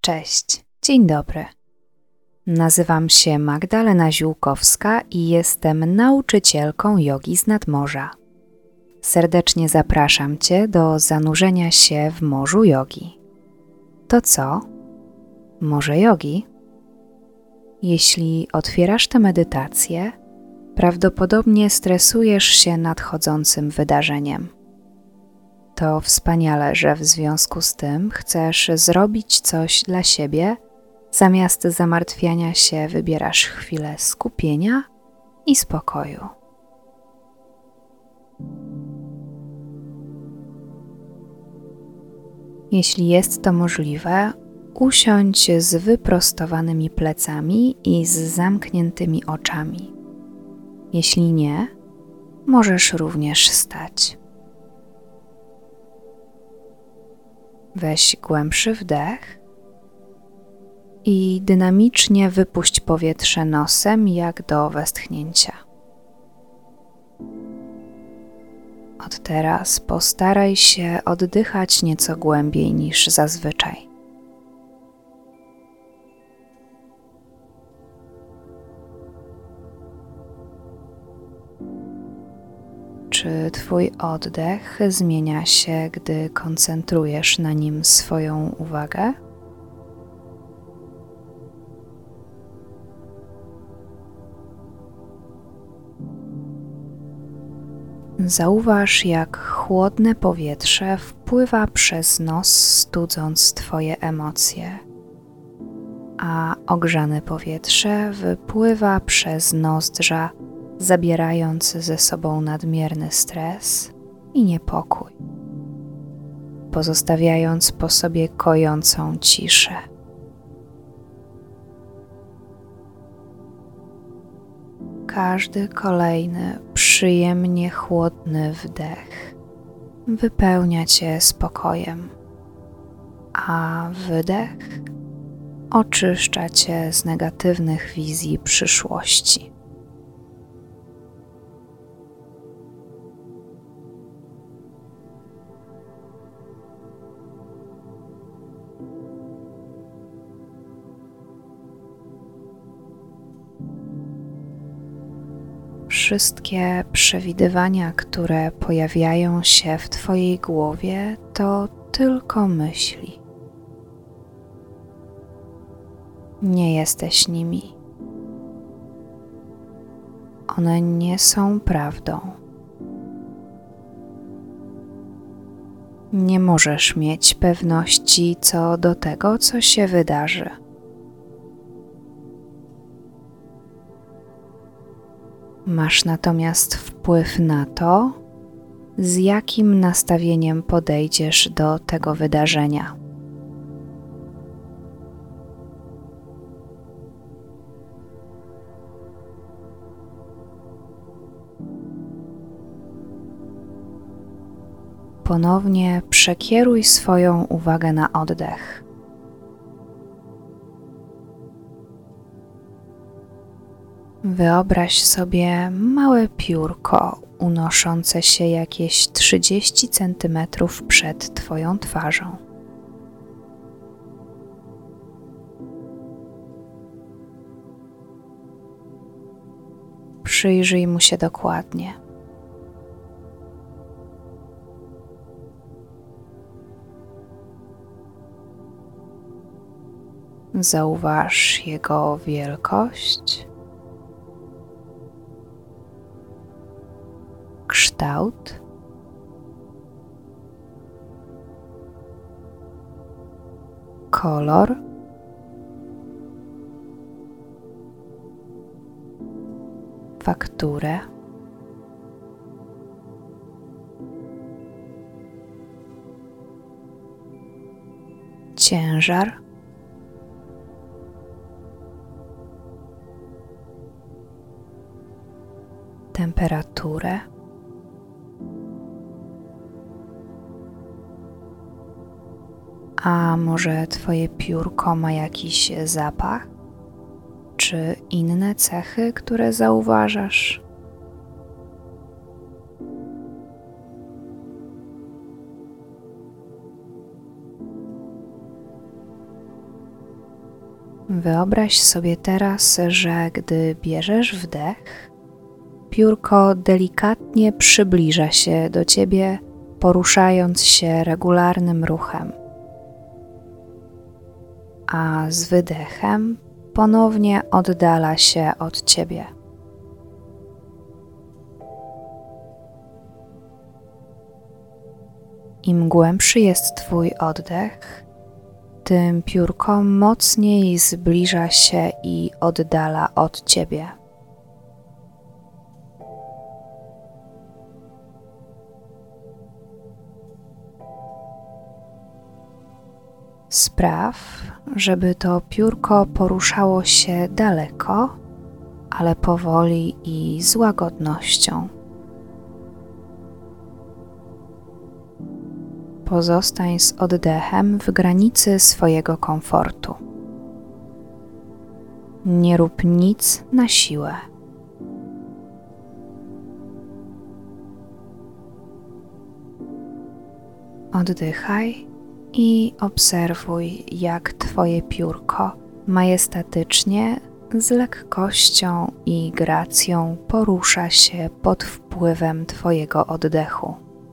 Cześć, dzień dobry. Nazywam się Magdalena Ziółkowska i jestem nauczycielką jogi z nadmorza. Serdecznie zapraszam Cię do zanurzenia się w morzu jogi. To co? Morze jogi? Jeśli otwierasz tę medytację, prawdopodobnie stresujesz się nadchodzącym wydarzeniem. To wspaniale, że w związku z tym chcesz zrobić coś dla siebie, zamiast zamartwiania się wybierasz chwilę skupienia i spokoju. Jeśli jest to możliwe, usiądź z wyprostowanymi plecami i z zamkniętymi oczami. Jeśli nie, możesz również stać. Weź głębszy wdech i dynamicznie wypuść powietrze nosem jak do westchnięcia. Od teraz postaraj się oddychać nieco głębiej niż zazwyczaj. Czy Twój oddech zmienia się, gdy koncentrujesz na nim swoją uwagę? Zauważ, jak chłodne powietrze wpływa przez nos, studząc Twoje emocje, a ogrzane powietrze wypływa przez nozdrza, zabierając ze sobą nadmierny stres i niepokój, pozostawiając po sobie kojącą ciszę. Każdy kolejny przyjemnie chłodny wdech wypełnia Cię spokojem, a wydech oczyszcza Cię z negatywnych wizji przyszłości. Wszystkie przewidywania, które pojawiają się w Twojej głowie, to tylko myśli. Nie jesteś nimi. One nie są prawdą. Nie możesz mieć pewności co do tego, co się wydarzy. Masz natomiast wpływ na to, z jakim nastawieniem podejdziesz do tego wydarzenia. Ponownie przekieruj swoją uwagę na oddech. Wyobraź sobie małe piórko unoszące się jakieś 30 cm przed Twoją twarzą. Przyjrzyj mu się dokładnie. Zauważ jego wielkość, kształt, kolor, fakturę, ciężar, temperaturę, a może Twoje piórko ma jakiś zapach czy inne cechy, które zauważasz? Wyobraź sobie teraz, że gdy bierzesz wdech, piórko delikatnie przybliża się do Ciebie, poruszając się regularnym ruchem. A z wydechem ponownie oddala się od Ciebie. Im głębszy jest Twój oddech, tym piórko mocniej zbliża się i oddala od Ciebie. Spraw, żeby to piórko poruszało się daleko, ale powoli i z łagodnością. Pozostań z oddechem w granicy swojego komfortu. Nie rób nic na siłę. Oddychaj i obserwuj, jak Twoje piórko majestatycznie, z lekkością i gracją porusza się pod wpływem Twojego oddechu.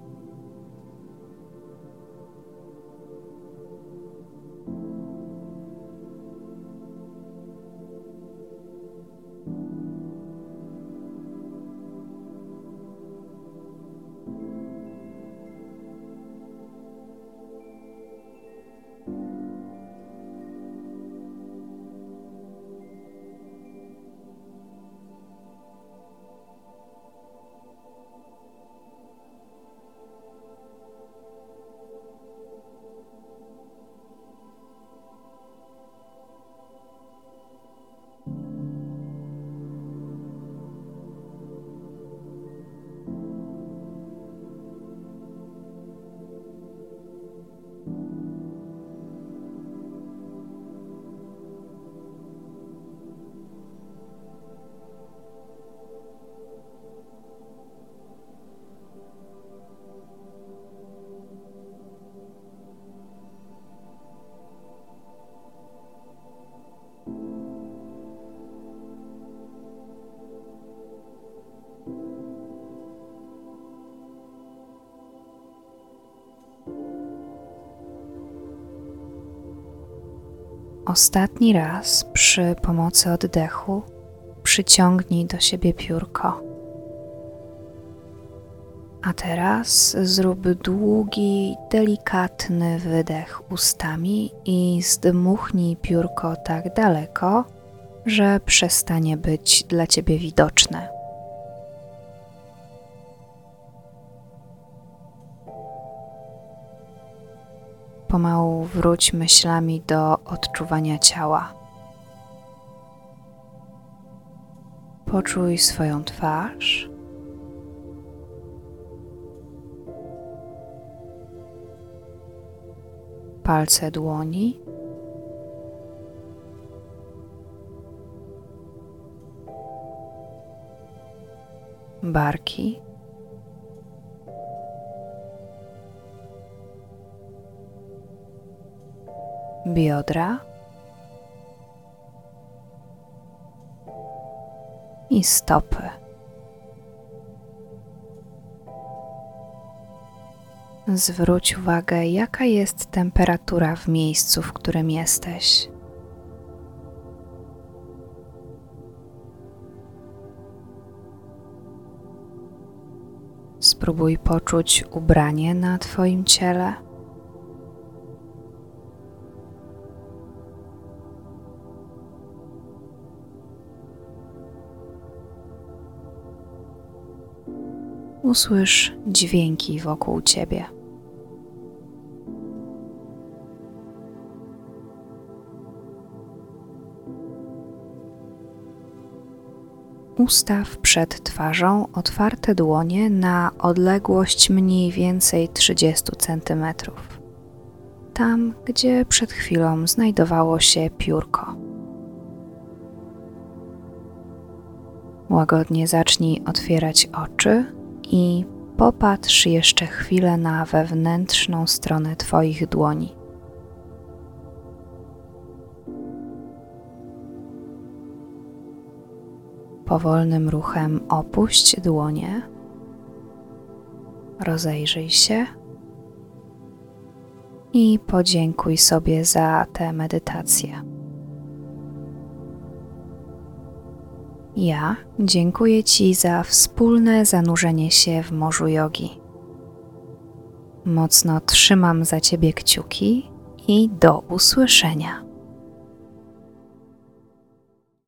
Ostatni raz przy pomocy oddechu przyciągnij do siebie piórko. A teraz zrób długi, delikatny wydech ustami i zdmuchnij piórko tak daleko, że przestanie być dla Ciebie widoczne. Pomału wróć myślami do odczuwania ciała. Poczuj swoją twarz. Palce dłoni. Barki. Biodra i stopy. Zwróć uwagę, jaka jest temperatura w miejscu, w którym jesteś. Spróbuj poczuć ubranie na Twoim ciele. Usłysz dźwięki wokół Ciebie. Ustaw przed twarzą otwarte dłonie na odległość mniej więcej 30 cm. Tam, gdzie przed chwilą znajdowało się piórko. Łagodnie zacznij otwierać oczy i popatrz jeszcze chwilę na wewnętrzną stronę Twoich dłoni. Powolnym ruchem opuść dłonie, rozejrzyj się i podziękuj sobie za tę medytację. Ja dziękuję Ci za wspólne zanurzenie się w morzu jogi. Mocno trzymam za Ciebie kciuki i do usłyszenia.